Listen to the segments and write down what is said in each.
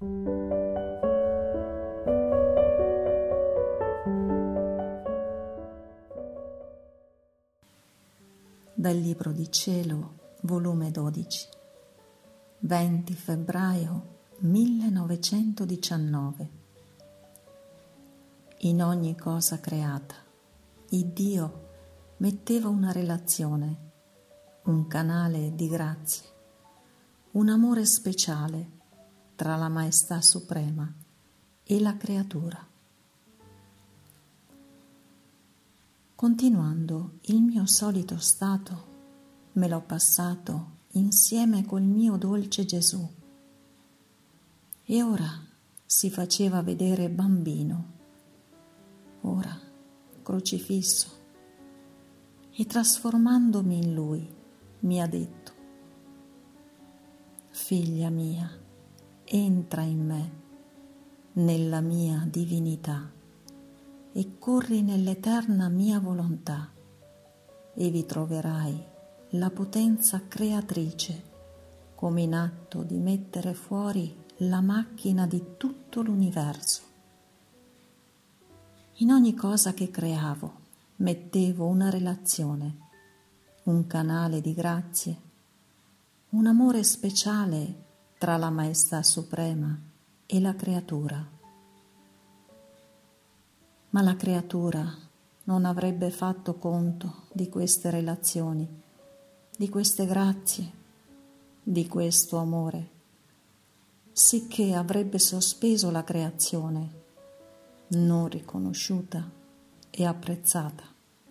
Dal Libro di Cielo, volume 12, 20 febbraio 1919. In ogni cosa creata, Iddio metteva una relazione, un canale di grazie, un amore speciale tra la Maestà Suprema e la creatura. Continuando il mio solito stato, me l'ho passato insieme col mio dolce Gesù. E ora si faceva vedere bambino, ora crocifisso, e trasformandomi in Lui mi ha detto: figlia mia, entra in me, nella mia divinità, e corri nell'eterna mia volontà, e vi troverai la potenza creatrice come in atto di mettere fuori la macchina di tutto l'universo. In ogni cosa che creavo mettevo una relazione, un canale di grazie, un amore speciale tra la Maestà Suprema e la creatura. Ma la creatura non avrebbe fatto conto di queste relazioni, di queste grazie, di questo amore, sicché avrebbe sospeso la creazione, non riconosciuta e apprezzata.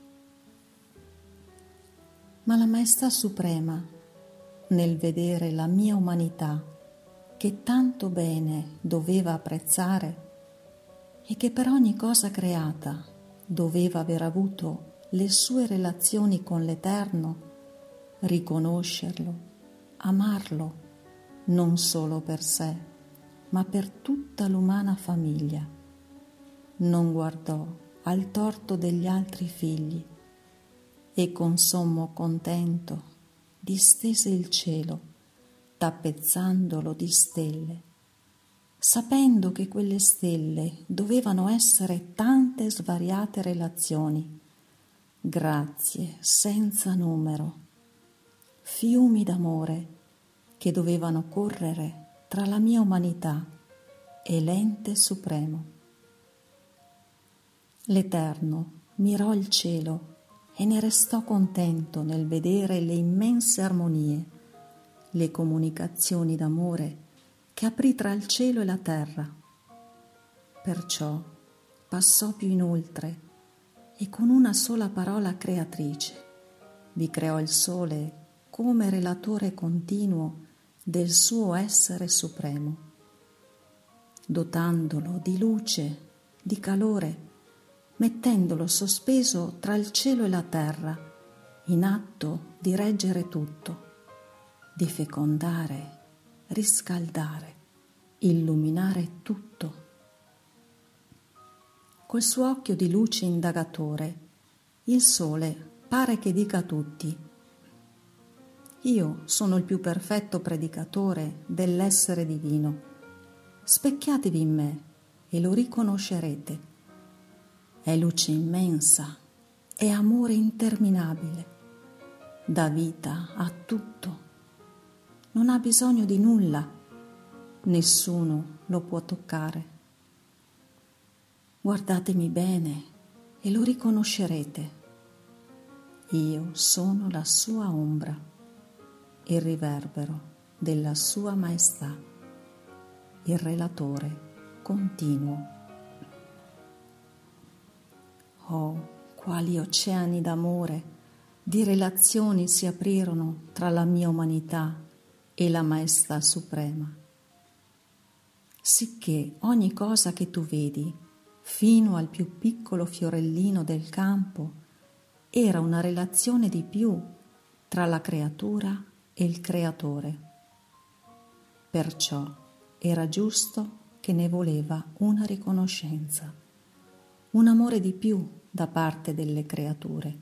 Ma la Maestà Suprema, nel vedere la mia umanità, che tanto bene doveva apprezzare, e che per ogni cosa creata doveva aver avuto le sue relazioni con l'Eterno, riconoscerlo, amarlo, non solo per sé, ma per tutta l'umana famiglia. Non guardò al torto degli altri figli e con sommo contento distese il cielo, tappezzandolo di stelle, sapendo che quelle stelle dovevano essere tante svariate relazioni, grazie senza numero, fiumi d'amore che dovevano correre tra la mia umanità e l'ente supremo. L'Eterno mirò il cielo e ne restò contento nel vedere le immense armonie, le comunicazioni d'amore che aprì tra il cielo e la terra. Perciò passò più inoltre e con una sola parola creatrice vi creò il sole come relatore continuo del suo essere supremo, dotandolo di luce, di calore, mettendolo sospeso tra il cielo e la terra, in atto di reggere tutto, di fecondare, riscaldare, illuminare tutto. Col suo occhio di luce indagatore, il sole pare che dica a tutti: io sono il più perfetto predicatore dell'essere divino. Specchiatevi in me e lo riconoscerete. È luce immensa, è amore interminabile, dà vita a tutto. Non ha bisogno di nulla, nessuno lo può toccare. Guardatemi bene e lo riconoscerete. Io sono la sua ombra, il riverbero della sua maestà, il relatore continuo. Oh, quali oceani d'amore, di relazioni si aprirono tra la mia umanità e la Maestà Suprema, sicché ogni cosa che tu vedi, fino al più piccolo fiorellino del campo, era una relazione di più tra la creatura e il Creatore. Perciò era giusto che ne voleva una riconoscenza, un amore di più da parte delle creature.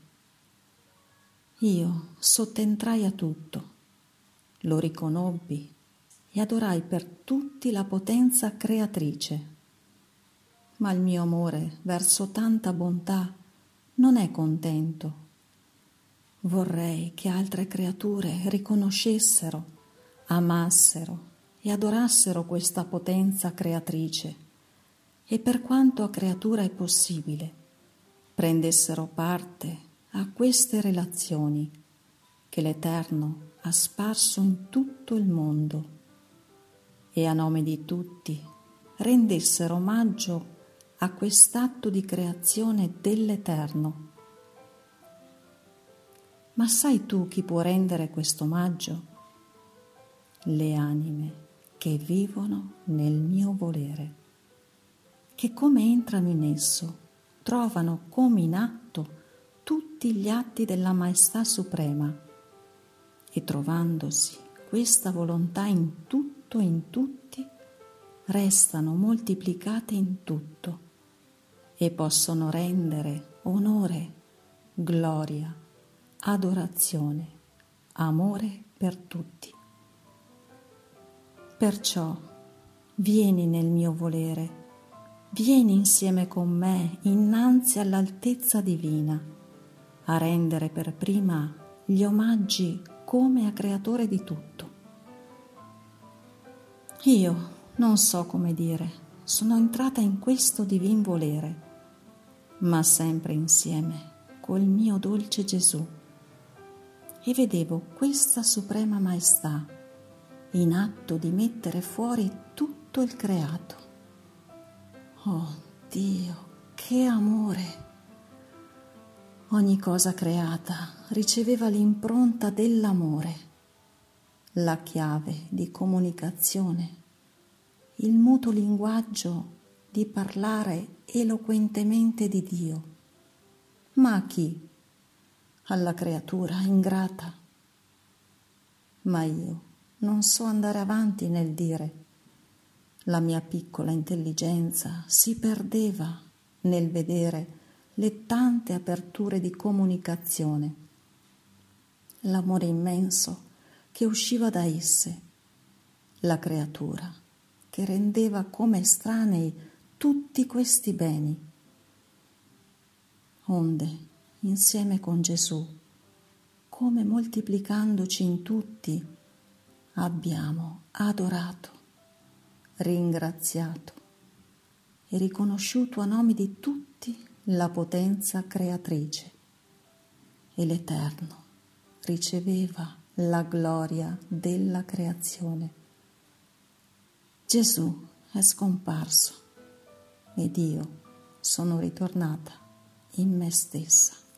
Io sottentrai a tutto, lo riconobbi e adorai per tutti la potenza creatrice. Ma il mio amore verso tanta bontà non è contento. Vorrei che altre creature riconoscessero, amassero e adorassero questa potenza creatrice e, per quanto a creatura è possibile, prendessero parte a queste relazioni che l'Eterno ha sparso in tutto il mondo e a nome di tutti rendessero omaggio a quest'atto di creazione dell'Eterno. Ma sai tu chi può rendere questo omaggio? Le anime che vivono nel mio volere, che come entrano in esso trovano come in atto tutti gli atti della Maestà Suprema e trovandosi questa volontà in tutto e in tutti, restano moltiplicate in tutto e possono rendere onore, gloria, adorazione, amore per tutti. Perciò vieni nel mio volere, vieni insieme con me innanzi all'altezza divina, a rendere per prima gli omaggi come a creatore di tutto. Io non so come dire, sono entrata in questo divin volere, ma sempre insieme col mio dolce Gesù, e vedevo questa suprema maestà in atto di mettere fuori tutto il creato. Oh Dio, che amore! Ogni cosa creata riceveva l'impronta dell'amore, la chiave di comunicazione, il muto linguaggio di parlare eloquentemente di Dio. Ma a chi? Alla creatura ingrata. Ma io non so andare avanti nel dire. La mia piccola intelligenza si perdeva nel vedere le tante aperture di comunicazione, l'amore immenso che usciva da esse, la creatura che rendeva come estranei tutti questi beni. Onde, insieme con Gesù, come moltiplicandoci in tutti, abbiamo adorato, ringraziato e riconosciuto a nome di tutti la potenza creatrice, e l'Eterno riceveva la gloria della creazione. Gesù è scomparso ed io sono ritornata in me stessa.